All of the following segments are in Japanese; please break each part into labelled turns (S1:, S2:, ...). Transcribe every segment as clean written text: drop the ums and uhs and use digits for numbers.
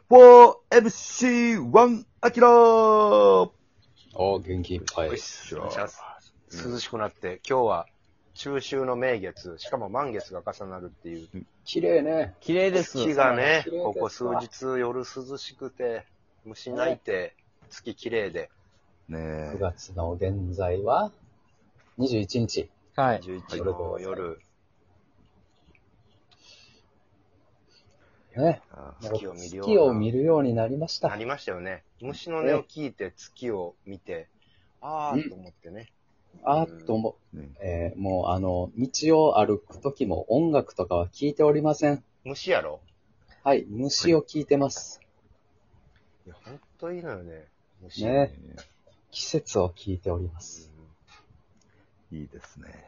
S1: 4MC1 アキラー。
S2: 元気いっぱい。
S1: よっしゃ。
S3: 涼しくなって、今日は中秋の名月、しかも満月が重なるっていう。
S2: 綺麗ね。
S4: 綺麗です。
S3: 月がね
S2: 綺麗です、
S3: ここ数日夜涼しくて、虫鳴いて、月綺麗で。
S1: ねえ。
S2: 9月の現在は21日。
S4: はい。
S3: 11の夜、
S2: ね。
S3: 月を見るような。
S2: 月を見るようになりました。
S3: なりましたよね。虫の音を聞いて月を見て、あーと思ってね。
S2: あーっと思う。
S1: ね
S2: もう道を歩くときも音楽とかは聞いておりません。
S3: 虫やろ？
S2: はい、虫を聞いてます。
S3: いや、ほんといいのよね。虫。
S2: ね。季節を聞いております。
S1: いいですね。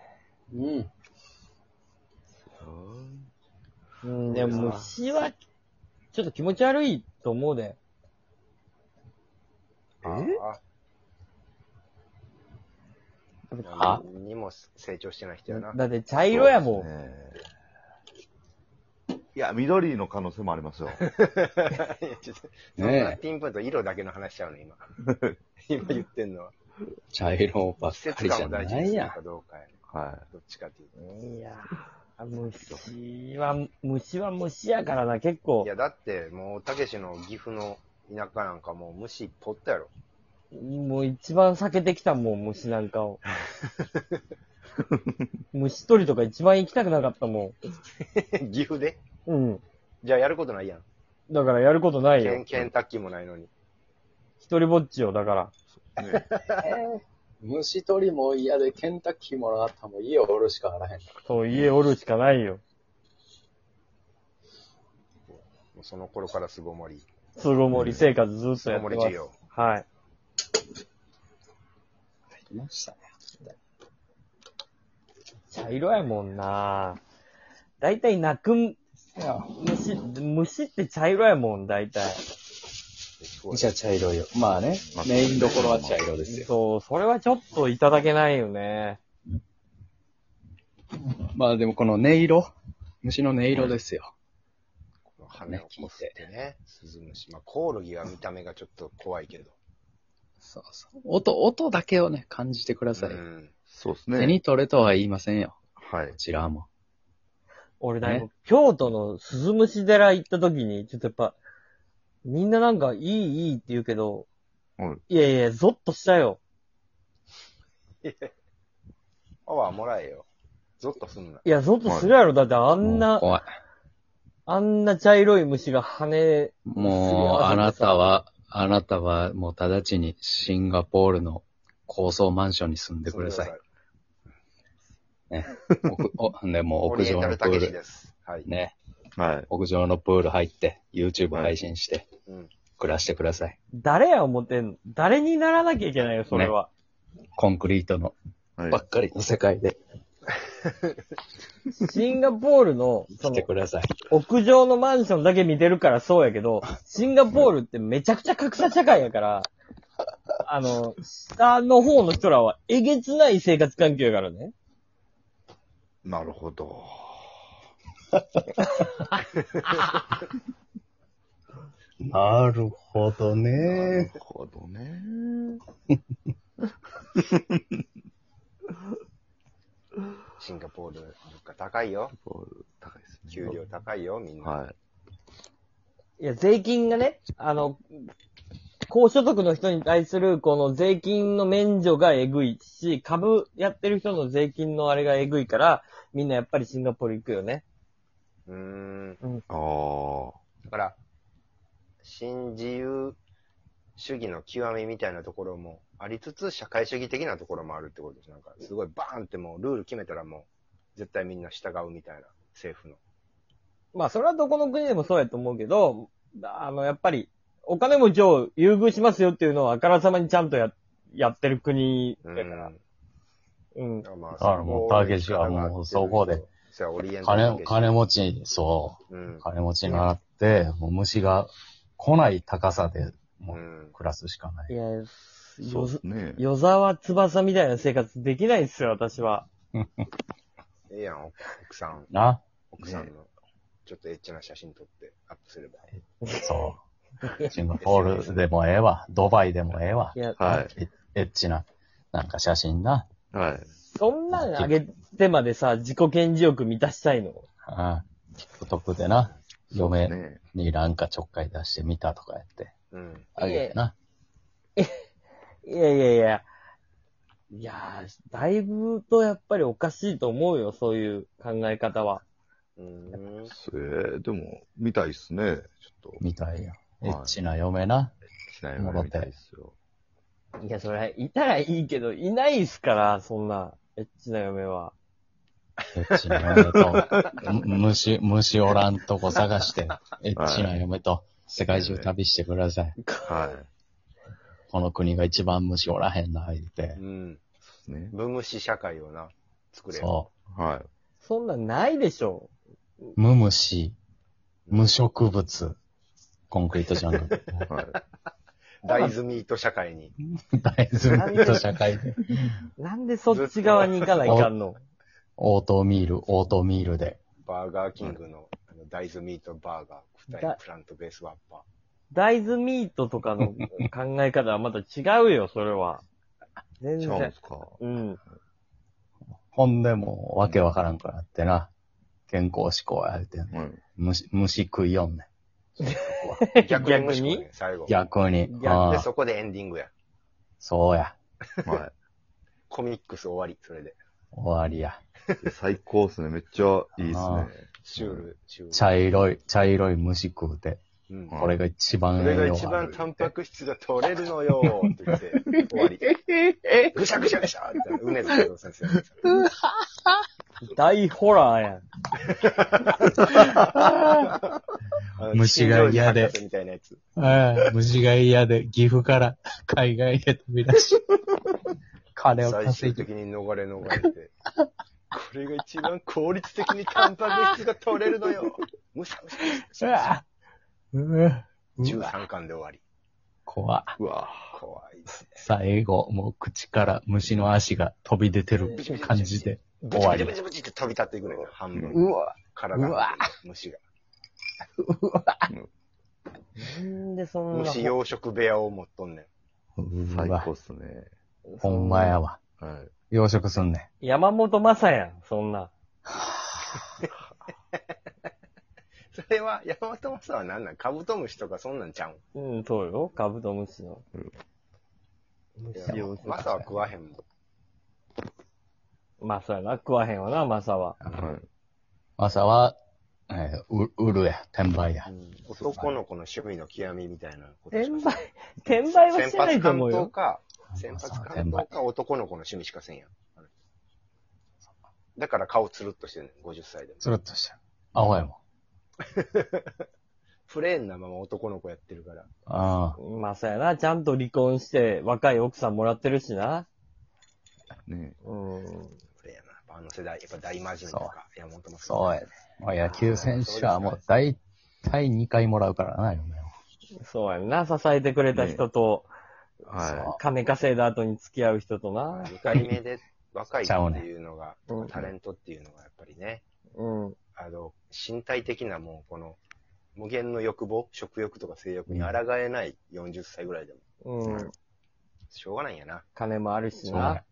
S2: うん。
S4: でも虫は、ちょっと気持ち悪いと思うで。
S3: 何にも成長してない人やな。
S4: だって茶色やもん。
S1: いや、緑の可能性もありますよ。
S3: そんなピンポイント色だけの話しちゃうの、今。今言ってんのは。
S2: 茶色ばっ
S3: 季節
S2: かりじゃ
S3: 感を大事にする
S2: ないやん。
S3: かどうかやね。
S1: は
S3: どっちかっていうと。
S4: いや虫は虫やからな、結構
S3: い。や、だって、もう、たけしの岐阜の田舎なんかもう虫いっぱいおったやろ。
S4: もう一番避けてきたもん、虫なんかを。虫取りとか一番行きたくなかったも
S3: 岐阜で
S4: ん。うん。
S3: じゃあやることないやん。
S4: だからやることないよ。
S3: ケンタッキーもないのに。
S4: 一人ぼっちよ、だから。
S1: い。ね
S2: 虫取りも嫌でケンタッキーもらったらもう家をおるしかあらへん。
S4: そう、家おるしかないよ。
S3: もうその頃から巣ごもり。
S4: 巣ごもり生活ずっ
S3: 巣
S4: とやってます。
S3: ごもり授業。
S4: はい。
S2: いましたね。
S4: 茶色やもんな。だいたい泣く虫って茶色やもん、だいたい。
S2: じゃあ茶色いよ。まあね、メインどころは茶色ですよ。
S4: そう、それはちょっといただけないよね。
S2: まあでもこの音色、虫の音色ですよ。
S3: 羽をこすってね、スズムシ。まあ、コオロギは見た目がちょっと怖いけど。
S2: そうそう。音だけをね、感じてください。
S1: そうですね。
S2: 手に取れとは言いませんよ。
S1: はい
S2: こ。ちらも。
S4: 俺だいぶ、京都の鈴虫寺行った時に、ちょっとやっぱ、みんななんかいいって言うけど、いやいや、ゾッとしたよ。
S3: パワーもらえよ。ゾッとすんな。
S4: いや、ゾッとするやろ。だってあん
S2: もう
S4: な、
S2: 怖い。
S4: あんな茶色い虫が羽、
S2: もう、あなたは、もう直ちにシンガポールの高層マンションに住んでください。ね。でも
S3: オリエンタ
S2: 屋上のプ
S3: ルたけし
S2: ール。
S3: です。はい。
S2: ね。
S1: はい。
S2: 屋上のプール入って、YouTube 配信して、
S3: うん。
S2: 暮らしてください。
S4: 誰や思ってんの？誰にならなきゃいけないよ、それは。
S2: コンクリートの
S1: はい
S2: ばっかりの世界で
S4: シンガポールの、
S2: 来てください。
S4: 屋上のマンションだけ見てるからそうやけど、シンガポールってめちゃくちゃ格差社会やから、下の方の人らはえげつない生活環境やからね。
S1: なるほど。
S2: なるほど
S1: な
S2: ね
S1: る。ほどね。
S3: シンガポール、物価高いよ。
S1: 高いですね。
S3: 給料高いよ、みんな。
S1: はい。
S4: いや、税金がね、高所得の人に対するこの税金の免除がえぐいし、株やってる人の税金のあれがえぐいから、みんなやっぱりシンガポール行くよね。
S1: ああ。
S3: だから、新自由主義の極みみたいなところもありつつ、社会主義的なところもあるってことです。なんか、すごいバーンってもうルール決めたらもう、絶対みんな従うみたいな、政府の。
S4: まあ、それはどこの国でもそうやと思うけど、やっぱり、お金持ちを優遇しますよっていうのはあからさまにちゃんとやってる国だから。うん。
S3: ま
S2: もう、たけしはもう、そこで、金持ち、そう、金持ちになって、もう虫が来ない高さで、もう、暮らすしかない。
S4: いや、
S1: そうですね。
S4: 与沢翼みたいな生活できないっすよ、私は。
S3: ええやん、奥さんの、ちょっとエッチな写真撮ってアップすれば。
S2: そシンガポールでもええわ。ドバイでもええわ。
S4: いや、
S1: はい。
S2: エッチな、なんか写真な。
S1: はい。
S4: そんなんあげてまでさ、自己顕示欲満たしたいの？
S2: ああ、TikTok でな、嫁
S1: ね。
S2: になんかちょっかい出してみたとかやって、
S3: うん。
S2: あげてな。
S4: いやいやいや。いやー、だいぶとやっぱりおかしいと思うよ、そういう考え方は。
S1: でも、見たいっすね。ちょっと。
S2: みたいよ。
S1: はい
S2: エッチな嫁な。
S1: しないよ見たいっすよ。
S4: いや、それ、いたらいいけど、いないっすから、そんな、エッチな嫁は。
S2: エッチな嫁と、虫おらんとこ探して、エッチな嫁と世界中旅してください。
S1: はい。
S2: この国が一番虫おらへんな、言って。
S3: うん。
S1: ね。
S3: 無虫社会をな、作れる。
S2: そ
S1: はい。
S4: そんなんないでしょ。
S2: 無虫、無植物、コンクリートジャングル。
S1: はい。
S3: 大豆ミート社会に。
S2: 大豆ミート社会で。
S4: なんでそっち側に行かないかんの？
S2: オートミールで。
S3: バーガーキングの大豆ミートバーガー、2人プラントベースワッパー。
S4: 大豆ミートとかの考え方はまた違うよ、それは。全然。
S1: 違うんですか。
S4: うん。
S2: ほんでもうわけわからんくなってな。健康志向やれてんね、
S1: はい。
S2: 虫食いよんね
S3: ん。逆に最後。
S2: 逆に。
S3: で、そこでエンディングや。
S2: そうや。
S1: はい。
S3: コミックス終わり、それで。
S2: 終わりや。
S1: 最高っすね。めっちゃいいっすね。
S3: シュール。
S2: 茶色い虫食うて。うん、これが一番
S3: これが一番タンパク質が取れるのよーって言って、終わり。ぐしゃぐしゃぐしゃって、梅津和夫先生。
S4: 大ホラー
S2: やん。虫が嫌で。虫が嫌で、岐阜から海外へ飛び出し、金を稼ぎ。
S3: 最終的に逃れて。これが一番効率的にタンパク質が取れるのよ。むしゃむしゃ。13巻で終わり。
S2: 怖
S1: うわ
S3: 怖いですね。
S2: 最後、もう口から虫の足が飛び出てる感じで終わり。
S3: ブチブチって飛び立っていくねん。半分。
S2: うわ
S3: 体の虫が。
S2: うわ
S4: なんでそんな。
S3: 虫養殖部屋を持っとんね
S1: ん。最高っすね。
S2: ほんまやわ。
S1: はい。
S2: 養殖すんね
S4: ん。山本正やん、そんな。
S3: それは、山本正は何なん？カブトムシとかそんなんちゃう
S4: ん？うん、そうよ。カブトムシの。
S3: 虫を。マサは食わへんもん。
S4: マサやな、食わへんわな、マサは。
S1: はい。
S2: マサは、売るや、転売や。
S3: 男の子の趣味の極みみたいなこと。
S4: 転売はしてないと思うよ。
S3: 先発関東か男の子の趣味しかせんやん。だから顔つるっとしてるねん、50歳でも。
S2: つるっとしてる。青やもん。
S3: プレーンなまま男の子やってるから。
S2: ああ。
S4: まあ、そうやな。ちゃんと離婚して若い奥さんもらってるしな。
S1: ね
S3: プレーンな。あの世代、やっぱ大真面目とか、山本も
S2: そうやね。もう野球選手はもう大体2回もらうからな、嫁を。
S4: そうやな。支えてくれた人と、
S1: はい。
S4: 金稼いだ後に付き合う人とな。
S3: 2回目で若いっていうのが、タレントっていうのがやっぱりね。身体的なもうこの無限の欲望、食欲とか性欲に抗えない40歳ぐらいでも。しょうがないんやな。
S4: 金もあるしな。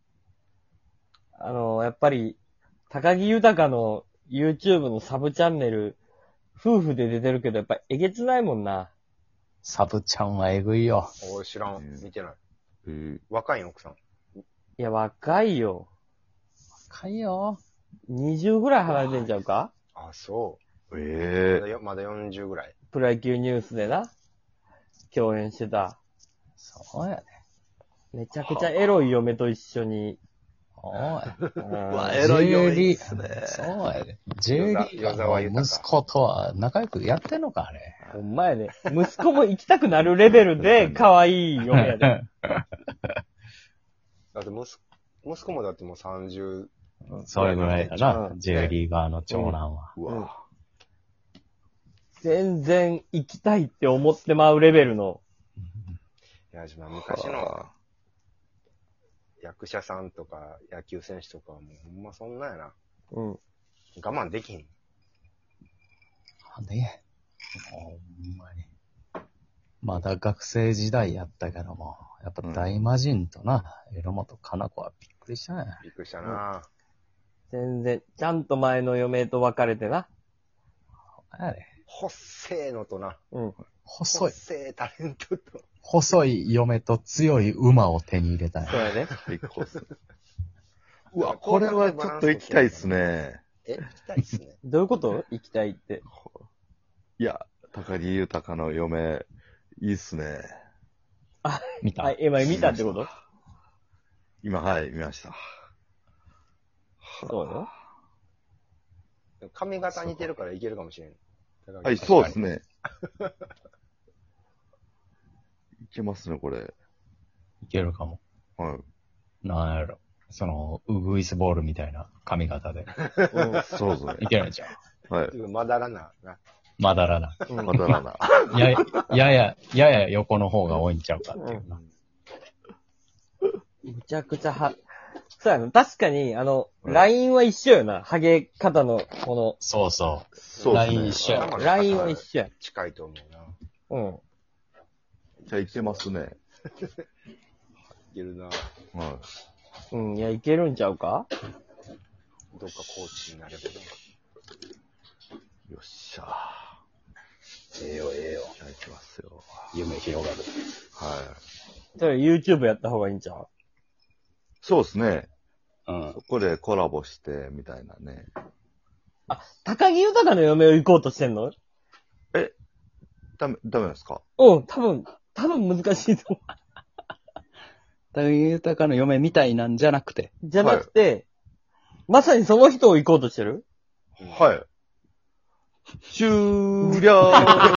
S4: やっぱり、高木豊の YouTube のサブチャンネル、夫婦で出てるけど、やっぱえげつないもんな。
S2: サブちゃんはえぐいよ。
S3: 知らん。見てない。若いん奥さん。
S4: いや、若いよ。
S2: 若いよ。
S4: 20ぐらい離れてんちゃうか？
S3: あ、そう。まだ40ぐらい。
S4: プロ野球ニュースでな、共演してた。
S2: そうやね。
S4: めちゃくちゃエロい嫁と一緒に。
S2: エロい嫁ですね。そうやね。J リーガーの息子とは仲良くやってんのか、あれ。
S4: ほんまやね。息子も行きたくなるレベルで可愛い嫁やで。
S3: だって息子もだってもう30、
S2: それぐらいだな、J リーガーの長男は。
S4: 全然行きたいって思ってまうレベルの。
S3: いや、昔の役者さんとか野球選手とかはもうほんまそんなやな。我慢できひん。
S2: ね。ほんまに。 まだ学生時代やったけども、やっぱ大魔神とな、榎本かな子はびっくりしたね。
S3: びっくりしたな。
S4: 全然、ちゃんと前の嫁と別れてな。
S2: あれ。
S3: ほっせーのとな。
S4: うん。
S3: ほ
S2: 細い、
S3: っせータレントと。
S2: 細い嫁と強い馬を手に入れたんや。
S4: そうやね。
S1: 最高っすね。うわ、これはちょっと行きたいっすね。
S3: 行きたいっすね。
S4: どういうこと行きたいって。
S1: いや、高木豊の嫁、いいっすね。
S2: 見た、
S4: あ、今見たってこと
S1: 今、はい、見ました。
S4: そうよ。
S3: 髪型似てるからいけるかもしれん。
S1: はい、そうですね。いけますね、これ。
S2: いけるかも。
S1: はい。
S2: なんやろ。その、ウグイスボールみたいな髪型で。
S1: そうですね。
S2: いけるんじゃん。
S1: はい。
S3: まだらな。
S2: まだらな。
S1: まだらな。
S2: やや横の方が多いんちゃうかっていうな。
S4: むちゃくちゃそうやな。確かに、ラインは一緒よな。ハゲ方の、こ
S2: そうそ
S1: そう
S2: う。
S1: ですね。
S2: ライン一緒や。
S4: の、ラインは一緒や。
S3: 近いと思うな。
S4: うん。
S1: じゃあ、いけますね。
S3: いけるな。
S1: は
S4: うん、いや、いけるんちゃうか
S3: どっかコーチになればな。
S1: い。よっしゃ
S2: ええよ、ええよ。
S1: じゃあ、いきますよ。
S2: 夢広がる。
S1: はい。
S4: それ YouTube やった方がいいんちゃう
S1: そうですね。
S2: うん。
S1: そこでコラボして、みたいなね。
S4: 高木豊の嫁を行こうとしてんの
S1: ダメですか？
S4: うん、多分難しいと思
S2: 高木豊の嫁みたいなんじゃなくて。
S4: う。じゃなくて、まさにその人を行こうとしてる
S1: はい。終了